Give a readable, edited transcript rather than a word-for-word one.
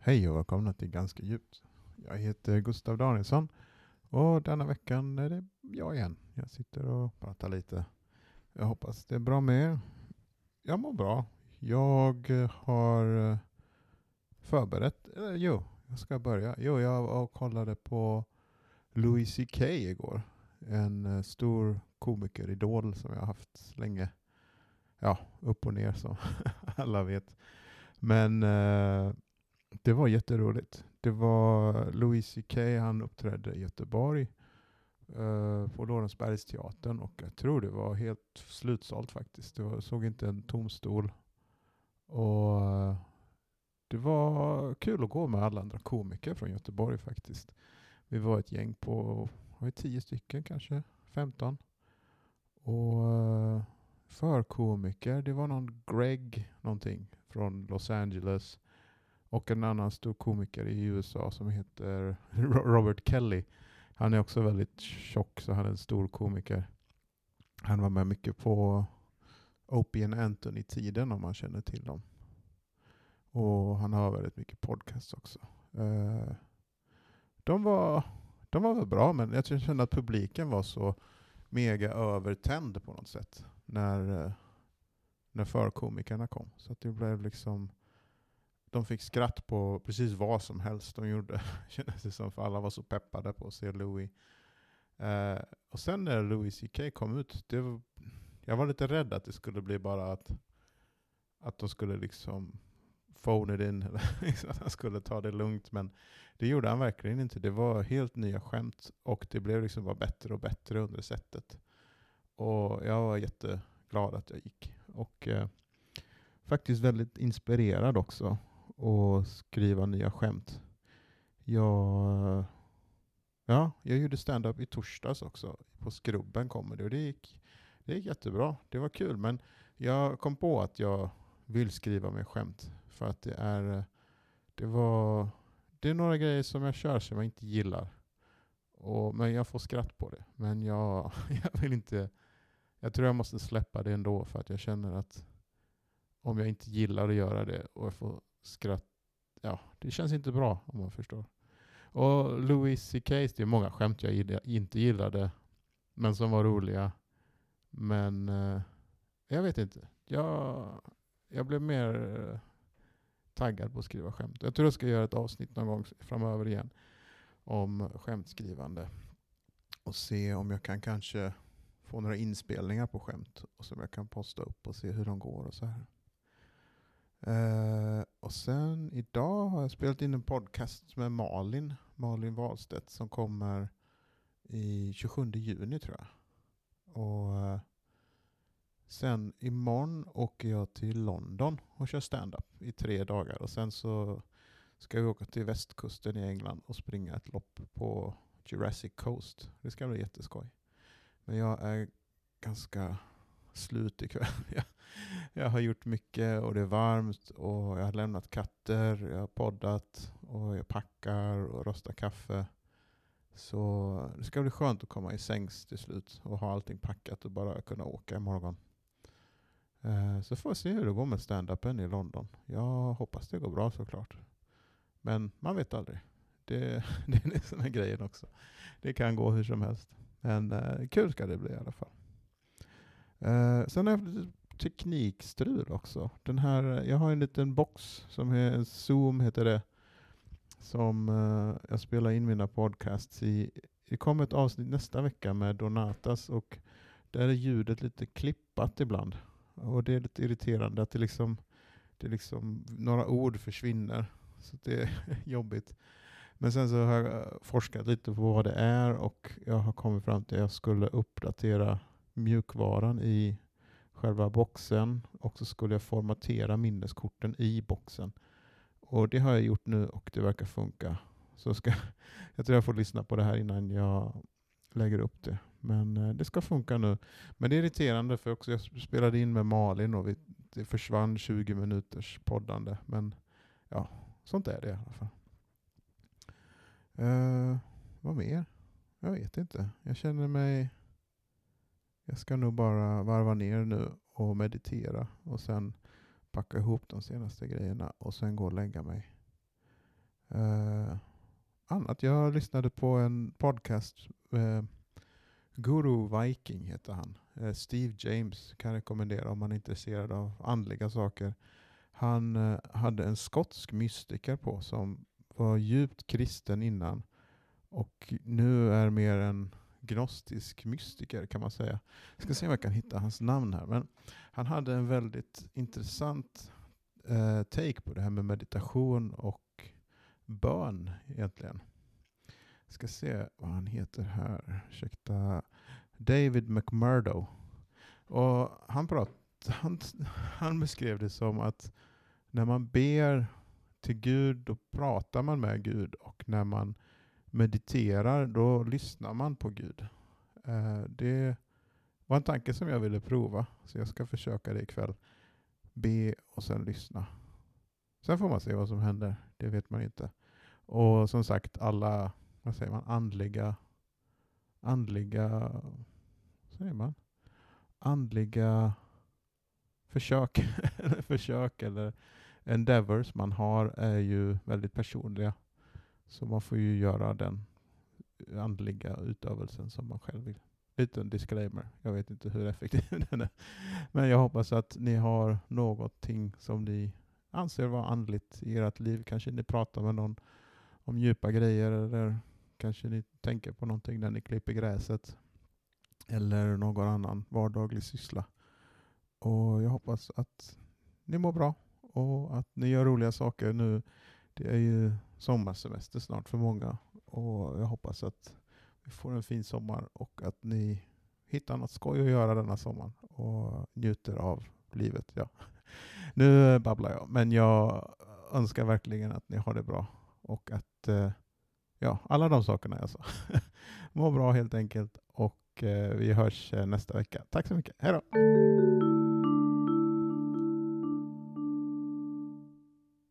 Hej och välkomna till Ganska djupt. Jag heter Gustav Danielsson och denna veckan är det jag igen. Jag sitter och pratar lite. Jag hoppas det är bra med er. Jag mår bra. Jag har förberett, jag ska börja. Jag var och kollade på Louis CK igår. En stor komikeridol som jag har haft länge. Ja, upp och ner som alla vet. Men det var jätteroligt. Det var Louis CK, han uppträdde i Göteborg på Lorensbergsteatern och jag tror det var helt slutsålt faktiskt. Jag såg inte en tom stol. Och det var kul att gå med alla andra komiker från Göteborg faktiskt. Vi var ett gäng på 10 stycken kanske, 15. Och förkomiker, det var någon Greg någonting från Los Angeles. Och en annan stor komiker i USA som heter Robert Kelly. Han är också väldigt tjock, så han är en stor komiker. Han var med mycket på Opie and Anthony-tiden om man känner till dem. Och han har väldigt mycket podcasts också. De var väl bra, men jag kände att publiken var så mega övertänd på något sätt när förkomikerna kom. Så att det blev liksom... De fick skratt på precis vad som helst de gjorde. Kändes det som, för alla var så peppade på att se Louis. Och sen när Louis CK kom ut, jag var lite rädd att det skulle bli bara att de skulle liksom phone it in, eller att han skulle ta det lugnt, men det gjorde han verkligen inte. Det var helt nya skämt och det blev liksom bara bättre och bättre under sättet. Och jag var jätteglad att jag gick. Och faktiskt väldigt inspirerad också och skriva nya skämt. Jag gjorde stand-up i torsdags också. På Skrubben kommer det och det gick jättebra. Det var kul, men jag kom på att jag vill skriva mer skämt. För att det är några grejer som jag kör som jag inte gillar. Men jag får skratt på det. Men jag vill inte... Jag tror jag måste släppa det ändå för att jag känner att om jag inte gillar att göra det och jag får skratt, det känns inte bra om man förstår. Och Louis CK, det är många skämt jag inte gillade, men som var roliga. Men jag vet inte. Jag blev mer taggad på att skriva skämt. Jag tror jag ska göra ett avsnitt någon gång framöver igen om skämtskrivande. Och se om jag kan kanske få några inspelningar på skämt. Och som jag kan posta upp och se hur de går och så här. Och sen idag har jag spelat in en podcast med Malin Wahlstedt som kommer i 27 juni tror jag. Och sen imorgon åker jag till London och kör stand-up i 3 dagar. Och sen så ska vi åka till västkusten i England och springa ett lopp på Jurassic Coast. Det ska bli jätteskoj. Men jag är ganska slut ikväll. Jag har gjort mycket och det är varmt och jag har lämnat katter, jag har poddat och jag packar och rostar kaffe. Så det ska bli skönt att komma i sängs till slut och ha allting packat och bara kunna åka imorgon. Så får vi se hur det går med stand-upen i London. Jag hoppas det går bra såklart. Men man vet aldrig. Det är såna här grejer också. Det kan gå hur som helst. Men kul ska det bli i alla fall. Sen har jag haft teknikstrul också. Jag har en liten box som är Zoom heter det. Som jag spelar in mina podcasts i. Det kommer ett avsnitt nästa vecka med Donatas och där är ljudet lite klippat ibland. Och det är lite irriterande att det liksom några ord försvinner. Så det är jobbigt. Men sen så har jag forskat lite på vad det är och jag har kommit fram till att jag skulle uppdatera mjukvaran i själva boxen och så skulle jag formatera minneskorten i boxen. Och det har jag gjort nu och det verkar funka. Så jag tror jag får lyssna på det här innan jag lägger upp det. Men det ska funka nu. Men det är irriterande för också jag spelade in med Malin och det försvann 20 minuters poddande. Men ja, sånt är det i alla fall. Vad mer? Jag vet inte. Jag känner mig... Jag ska nog bara varva ner nu och meditera och sen packa ihop de senaste grejerna och sen gå och lägga mig. Annat. Jag lyssnade på en podcast. Guru Viking heter han. Steve James kan jag rekommendera om man är intresserad av andliga saker. Han hade en skotsk mystiker på som var djupt kristen innan och nu är mer en gnostisk mystiker kan man säga. Jag ska se om jag kan hitta hans namn här. Men han hade en väldigt intressant take på det här med meditation och bön egentligen. Jag ska se vad han heter här. Ursäkta. David McMurdo. Och han beskrev det som att när man ber till Gud då pratar man med Gud och när man mediterar då lyssnar man på Gud. Det var en tanke som jag ville prova så jag ska försöka det ikväll. Be och sen lyssna. Sen får man se vad som händer. Det vet man inte. Och som sagt alla, vad säger man, andliga försök eller endeavors man har är ju väldigt personliga. Så man får ju göra den andliga utövelsen som man själv vill. Utan disclaimer. Jag vet inte hur effektiv den är. Men jag hoppas att ni har någonting som ni anser vara andligt i ert liv. Kanske ni pratar med någon om djupa grejer eller kanske ni tänker på någonting när ni klipper gräset. Eller någon annan vardaglig syssla. Och jag hoppas att ni mår bra och att ni gör roliga saker nu. Det är ju sommarsemester snart för många och jag hoppas att vi får en fin sommar och att ni hittar något skoj att göra denna sommar och njuter av livet. Ja. Nu babblar jag, men jag önskar verkligen att ni har det bra och att alla de sakerna jag sa. Må bra helt enkelt och vi hörs nästa vecka. Tack så mycket. Hej då!